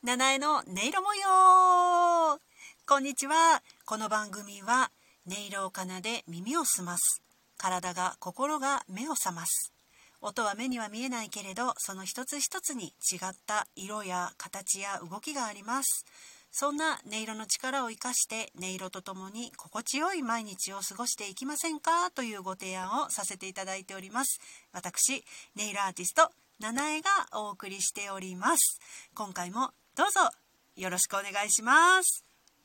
七重の音色模様。こんにちは。この番組は音色を奏で耳を澄ます、体が心が目を覚ます。音は目には見えないけれど、その一つ一つに違った色や形や動きがあります。そんな音色の力を生かして音色とともに心地よい毎日を過ごしていきませんかというご提案をさせていただいております。私、音色アーティスト七重がお送りしております。今回もどうぞよろしくお願いします。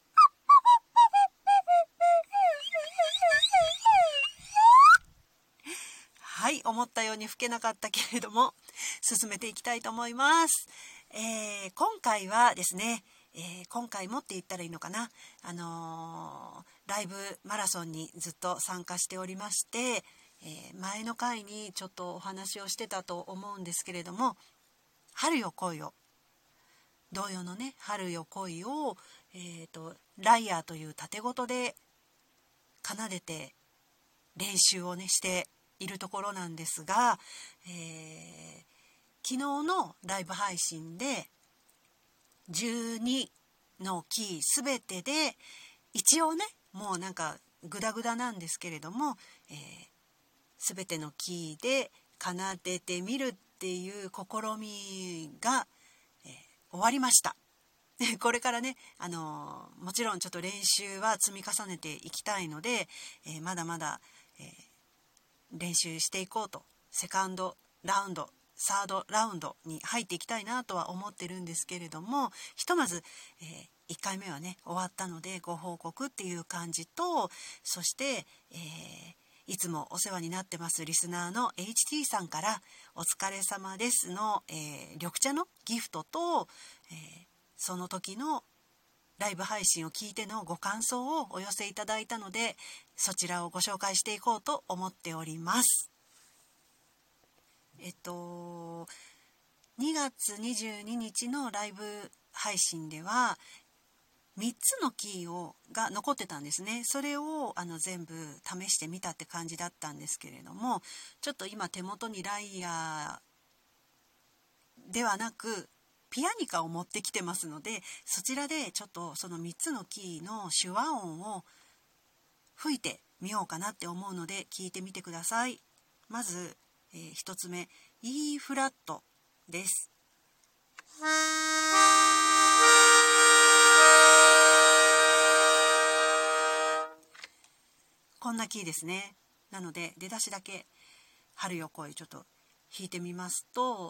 はい、思ったように吹けなかったけれども進めていきたいと思います。今回はですね、今回もって言ったらいいのかな、ライブマラソンにずっと参加しておりまして、前の回にちょっとお話をしてたと思うんですけれども、春よ来いよ、童謡のね春よ来いを、ライアーという縦ごで奏でて練習をねしているところなんですが、昨日のライブ配信で12のキーすべてで一応ね、もうなんかグダグダなんですけれども、すべてのキーで奏でてみるっていう試みが、終わりました。これからね、もちろんちょっと練習は積み重ねていきたいので、まだまだ、練習していこうと、セカンドラウンドサードラウンドに入っていきたいなとは思ってるんですけれども、ひとまず、1回目はね終わったのでご報告っていう感じと、そして、いつもお世話になってますリスナーの HT さんからお疲れ様ですの、緑茶のギフトと、その時のライブ配信を聞いてのご感想をお寄せいただいたので、そちらをご紹介していこうと思っております。2月22日のライブ配信では3つのキーが残ってたんですね。それを全部試してみたって感じだったんですけれども、ちょっと今手元にライアーではなくピアニカを持ってきてますので、そちらでちょっとその3つのキーの手話音を吹いてみようかなって思うので聞いてみてください。まず、1つ目 E フラットです。こんなキーですね。なので出だしだけ春よ来いちょっと弾いてみますと、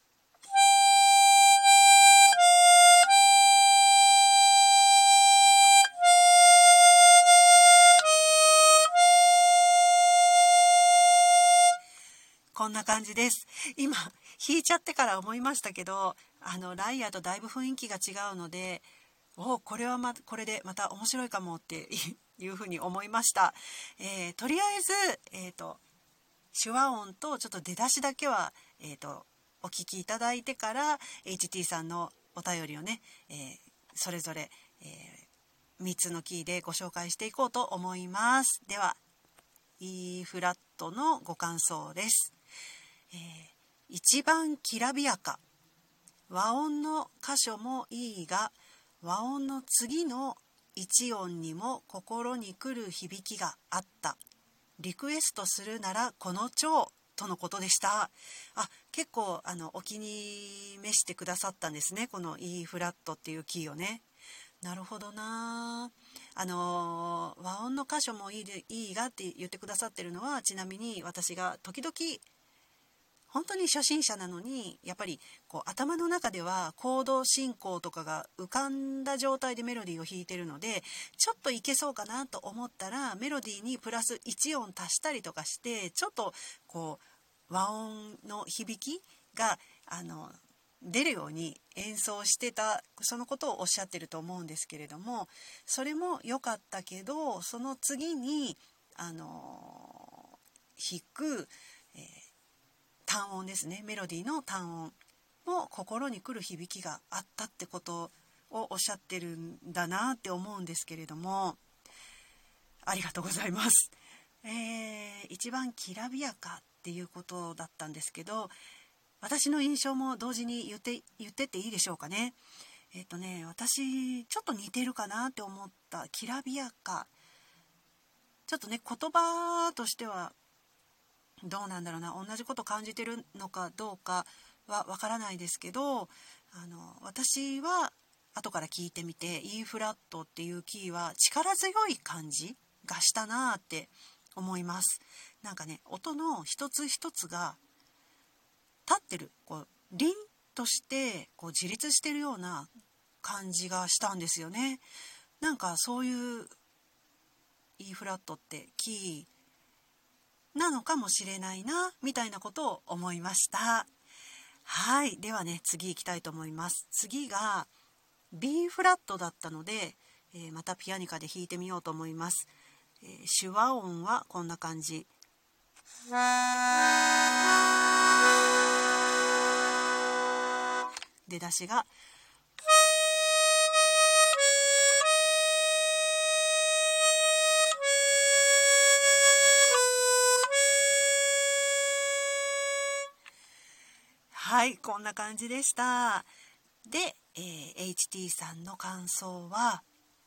こんな感じです。今弾いちゃってから思いましたけど、ライアーとだいぶ雰囲気が違うので、これはこれでまた面白いかもっていうふうに思いました。とりあえず、手話音とちょっと出だしだけは、お聞きいただいてから HT さんのお便りをね、それぞれ、3つのキーでご紹介していこうと思います。では E フラットのご感想です。一番きらびやか、和音の箇所もいいが和音の次の一音にも心に来る響きがあった。リクエストするならこの調とのことでした。結構お気に召してくださったんですね、この E フラットっていうキーをね。なるほどな。和音の箇所もいいがって言ってくださってるのは、ちなみに私が時々本当に初心者なのにやっぱりこう頭の中ではコード進行とかが浮かんだ状態でメロディーを弾いてるので、ちょっといけそうかなと思ったらメロディーにプラス1音足したりとかして、ちょっとこう和音の響きが出るように演奏してた、そのことをおっしゃってると思うんですけれども、それも良かったけど、その次に弾く、単音ですね、メロディーの単音も心に来る響きがあったってことをおっしゃってるんだなって思うんですけれども、ありがとうございます。一番きらびやかっていうことだったんですけど、私の印象も同時に言ってっていいでしょうかね。 私ちょっと似てるかなって思ったきらびやか、ちょっとね言葉としてはどうなんだろうな、同じこと感じてるのかどうかはわからないですけど、私は後から聞いてみて E フラットっていうキーは力強い感じがしたなって思います。なんかね、音の一つ一つが立ってる、こう凛としてこう自立してるような感じがしたんですよね。なんかそういう E フラットってキーなのかもしれないなみたいなことを思いました。はい、ではね次行きたいと思います。次が B フラットだったので、またピアニカで弾いてみようと思います。手話音はこんな感じ。出だしがはい、こんな感じでした。で、HT さんの感想は、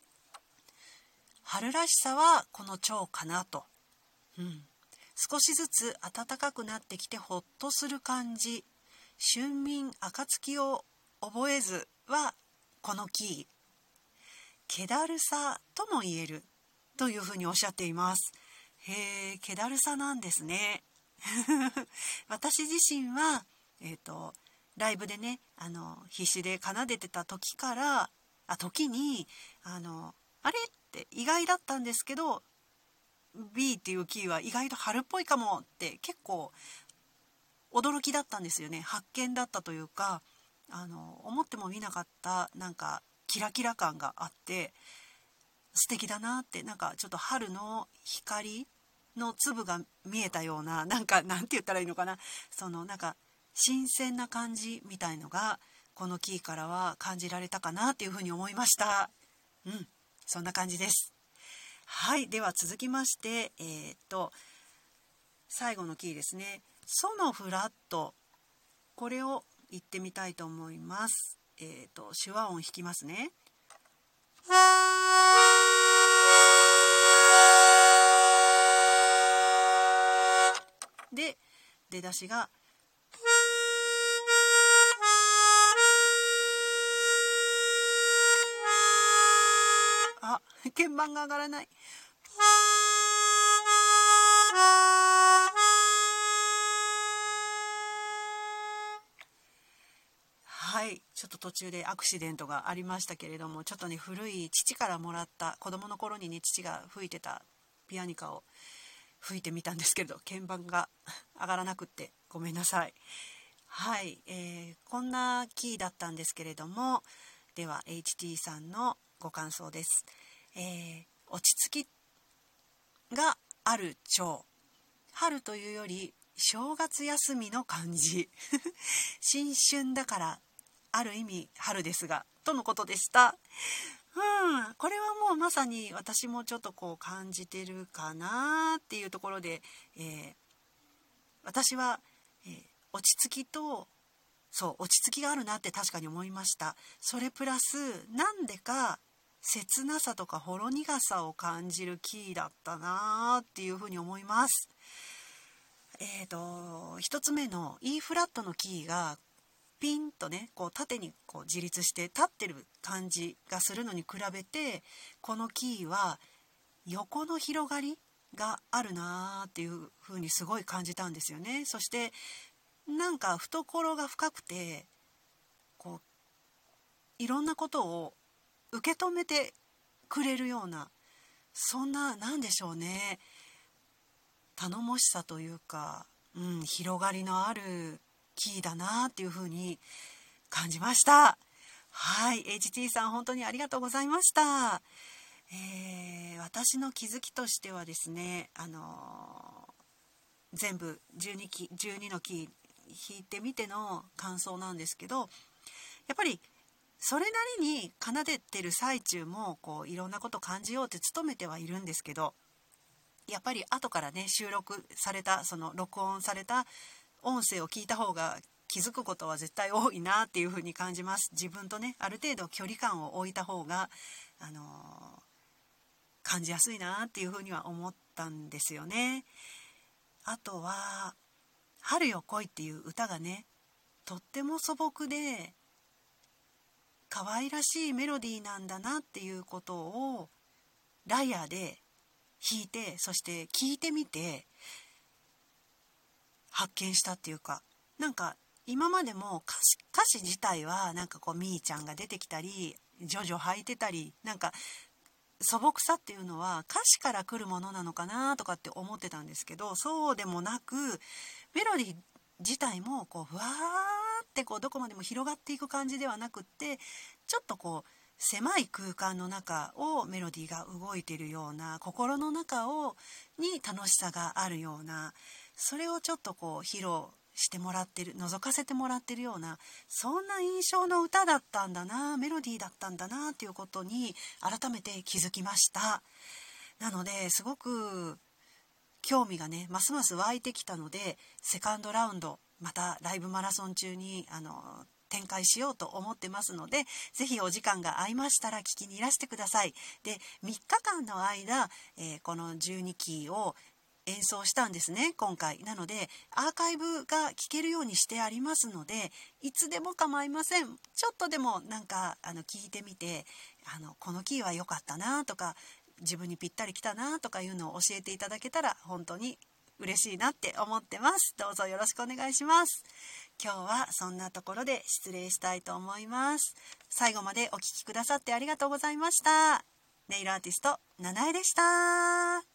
春らしさはこの蝶かなと、少しずつ暖かくなってきてほっとする感じ、春眠暁を覚えずはこのキー、気だるさとも言えるというふうにおっしゃっています。へえ、気だるさなんですね。私自身はライブでね必死で奏でてた時にあれって意外だったんですけど、 B っていうキーは意外と春っぽいかもって結構驚きだったんですよね。発見だったというか、思ってもみなかったなんかキラキラ感があって素敵だなって、なんかちょっと春の光の粒が見えたような、なんて言ったらいいのかな、そのなんか新鮮な感じみたいのがこのキーからは感じられたかなっていうふうに思いました。そんな感じです。はい、では続きまして最後のキーですね、ソのフラット、これを言ってみたいと思います。手話音弾きますね。で出だしが鍵盤が上がらない。はい、ちょっと途中でアクシデントがありましたけれども、ちょっとね古い父からもらった子供の頃にね父が吹いてたピアニカを吹いてみたんですけど、鍵盤が上がらなくってごめんなさい。はい、こんなキーだったんですけれども、では HT さんのご感想です。落ち着きがある蝶、春というより正月休みの感じ新春だからある意味春ですがとのことでした。これはもうまさに私もちょっとこう感じてるかなっていうところで、私は、落ち着きがあるなって確かに思いました。それプラスなんでか切なさとかほろ苦さを感じるキーだったなっていうふうに思います。一つ目の E フラットのキーがピンとねこう縦にこう自立して立ってる感じがするのに比べて、このキーは横の広がりがあるなっていう風にすごい感じたんですよね。そしてなんか懐が深くてこういろんなことを受け止めてくれるような、そんななんでしょうね、頼もしさというか、広がりのあるキーだなっていう風に感じました。はい、HT さん本当にありがとうございました。私の気づきとしてはですね、全部12のキー弾いてみての感想なんですけど、やっぱりそれなりに奏でてる最中もこういろんなこと感じようって努めてはいるんですけど、やっぱり後からね収録されたその録音された音声を聞いた方が気づくことは絶対多いなっていうふうに感じます。自分とねある程度距離感を置いた方が感じやすいなっていうふうには思ったんですよね。あとは春よ来いっていう歌がねとっても素朴で可愛らしいメロディーなんだなっていうことをライアーで弾いて、そして聴いてみて発見したっていうか、なんか今までも歌詞自体はなんかこうみーちゃんが出てきたりジョジョ履いてたり、なんか素朴さっていうのは歌詞から来るものなのかなとかって思ってたんですけど、そうでもなくメロディー自体もこうふわーってこうどこまでも広がっていく感じではなくって、ちょっとこう狭い空間の中をメロディーが動いているような、心の中に楽しさがあるような、それをちょっとこう披露してもらってる、覗かせてもらってるような、そんな印象の歌だったんだな、メロディーだったんだなっていうことに改めて気づきました。なのですごく興味がねますます湧いてきたので、セカンドラウンドまたライブマラソン中に展開しようと思ってますので、ぜひお時間が合いましたら聞きにいらしてください。で、3日間の間、この12期を演奏したんですね今回。なのでアーカイブが聞けるようにしてありますので、いつでも構いません。ちょっとでもなんか聞いてみて、このキーは良かったなとか、自分にぴったりきたなとかいうのを教えていただけたら本当に嬉しいなって思ってます。どうぞよろしくお願いします。今日はそんなところで失礼したいと思います。最後までお聞きくださってありがとうございました。ネイルアーティストななえでした。